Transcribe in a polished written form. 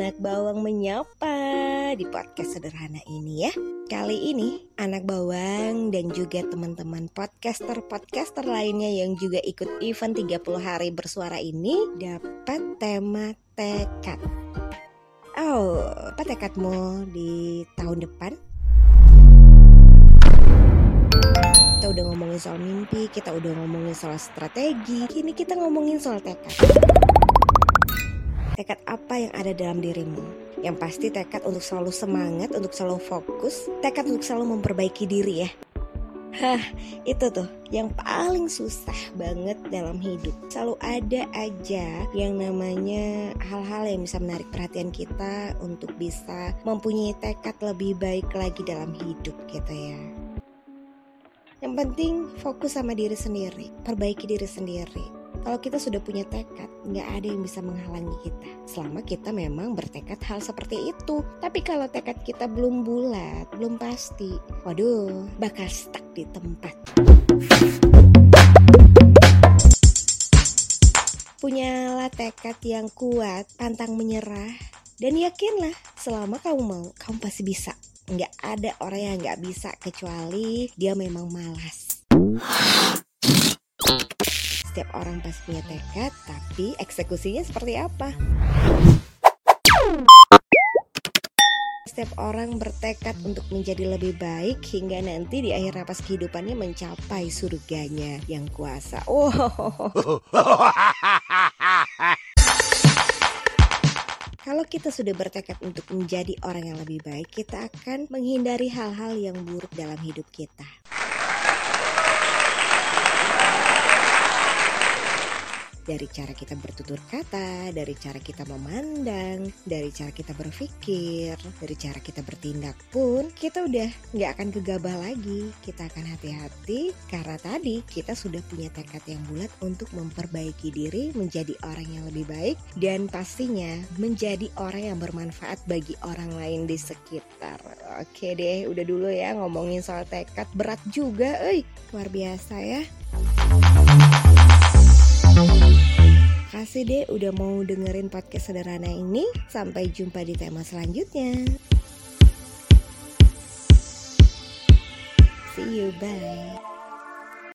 Anak Bawang menyapa di podcast sederhana ini ya. Kali ini Anak Bawang dan juga teman-teman podcaster lainnya yang juga ikut event 30 hari bersuara ini dapat tema tekad. Apa tekadmu di tahun depan? Kita udah ngomongin soal mimpi, kita udah ngomongin soal strategi, kini kita ngomongin soal tekad. Tekad apa yang ada dalam dirimu? Yang pasti tekad untuk selalu semangat, untuk selalu fokus, tekad untuk selalu memperbaiki diri ya. Itu tuh yang paling susah banget dalam hidup. Selalu ada aja yang namanya hal-hal yang bisa menarik perhatian kita untuk bisa mempunyai tekad lebih baik lagi dalam hidup gitu ya. Yang penting fokus sama diri sendiri, perbaiki diri sendiri. Kalau kita sudah punya tekad, gak ada yang bisa menghalangi kita. Selama kita memang bertekad hal seperti itu. Tapi kalau tekad kita belum bulat, belum pasti, waduh, bakal stuck di tempat. Punyalah tekad yang kuat, pantang menyerah, dan yakinlah selama kamu mau, kamu pasti bisa. Gak ada orang yang gak bisa kecuali dia memang malas. Setiap orang pasti punya tekad, tapi eksekusinya seperti apa? Setiap orang bertekad untuk menjadi lebih baik hingga nanti di akhir napas kehidupannya mencapai surganya yang kuasa. Kalau kita sudah bertekad untuk menjadi orang yang lebih baik, kita akan menghindari hal-hal yang buruk dalam hidup kita. Dari cara kita bertutur kata, dari cara kita memandang, dari cara kita berpikir, dari cara kita bertindak pun kita udah gak akan gegabah lagi. Kita akan hati-hati karena tadi kita sudah punya tekad yang bulat untuk memperbaiki diri menjadi orang yang lebih baik dan pastinya menjadi orang yang bermanfaat bagi orang lain di sekitar. Oke deh, udah dulu ya ngomongin soal tekad, berat juga, luar biasa ya. Makasih deh udah mau dengerin podcast sederhana ini. Sampai jumpa di tema selanjutnya. See you, bye.